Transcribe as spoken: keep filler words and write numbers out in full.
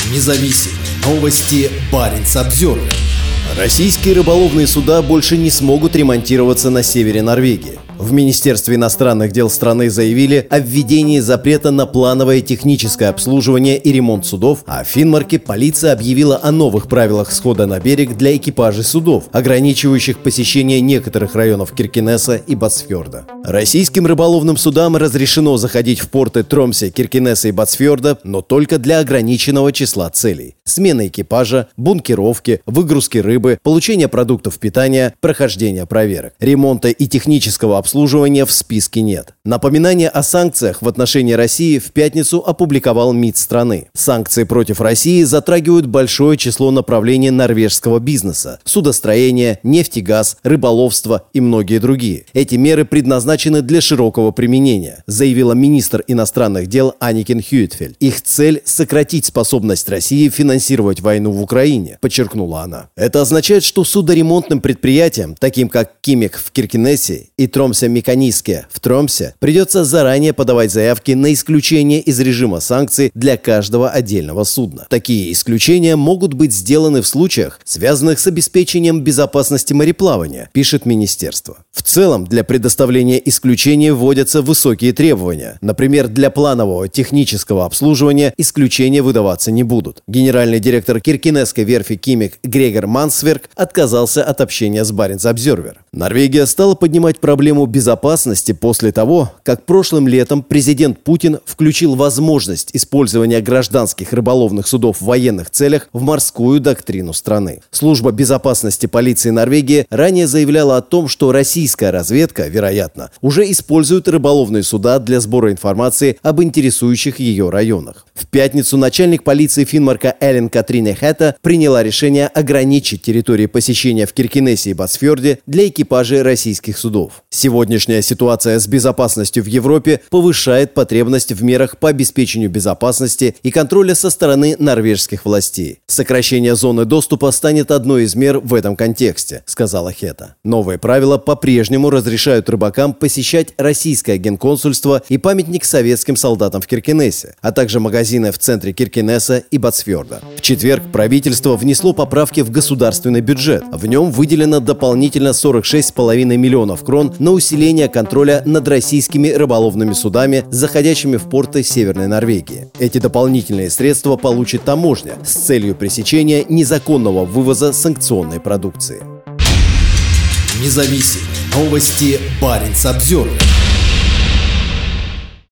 Независимые новости. Баренц-Обзервер. Российские рыболовные суда больше не смогут ремонтироваться на севере Норвегии. В Министерстве иностранных дел страны заявили о введении запрета на плановое техническое обслуживание и ремонт судов, а в Финмарке полиция объявила о новых правилах схода на берег для экипажей судов, ограничивающих посещение некоторых районов Киркенеса и Батсфьорда. Российским рыболовным судам разрешено заходить в порты Тромсе, Киркенеса и Батсфьорда, но только для ограниченного числа целей: смена экипажа, бункеровки, выгрузки рыбы, получения продуктов питания, прохождения проверок. Ремонта и технического обслуживания Обслуживания в списке нет. Напоминание о санкциях в отношении России в пятницу опубликовал МИД страны. Санкции против России затрагивают большое число направлений норвежского бизнеса: судостроение, нефть и газ, рыболовство и многие другие. Эти меры предназначены для широкого применения, заявила министр иностранных дел Анникен Хюитfeldt. Их цель – сократить способность России финансировать войну в Украине, подчеркнула она. Это означает, что судоремонтным предприятиям, таким как Кимек в Киркенесе и Тромсе Меканиске в Тромсе, придется заранее подавать заявки на исключение из режима санкций для каждого отдельного судна. Такие исключения могут быть сделаны в случаях, связанных с обеспечением безопасности мореплавания, пишет министерство. В целом, для предоставления исключений вводятся высокие требования. Например, для планового технического обслуживания исключения выдаваться не будут. Генеральный директор Киркенесской верфи Кимек Грегор Мансверк отказался от общения с Баренц-Обзервер. Норвегия стала поднимать проблему безопасности после того, как прошлым летом президент Путин включил возможность использования гражданских рыболовных судов в военных целях в морскую доктрину страны. Служба безопасности полиции Норвегии ранее заявляла о том, что российская разведка, вероятно, уже использует рыболовные суда для сбора информации об интересующих ее районах. В пятницу начальник полиции Финмарка Эллен Катрине Хэта приняла решение ограничить территории посещения в Киркенесе и Батсфьорде для экипажей российских судов. Сегодняшняя ситуация с безопасностью в Европе повышает потребность в мерах по обеспечению безопасности и контроля со стороны норвежских властей. Сокращение зоны доступа станет одной из мер в этом контексте, сказала Хэта. Новые правила по-прежнему разрешают рыбакам посещать российское генконсульство и памятник советским солдатам в Киркенесе, а также магазины в центре Киркенеса и Батсфьорда. В четверг правительство внесло поправки в государственный бюджет. В нем выделено дополнительно сорок шесть целых пять десятых миллионов крон на усиление контроля над российскими рыболовными судами, заходящими в порты Северной Норвегии. Эти дополнительные средства получит таможня с целью пресечения незаконного вывоза санкционной продукции. Независимые новости. Баренц-Обзервер.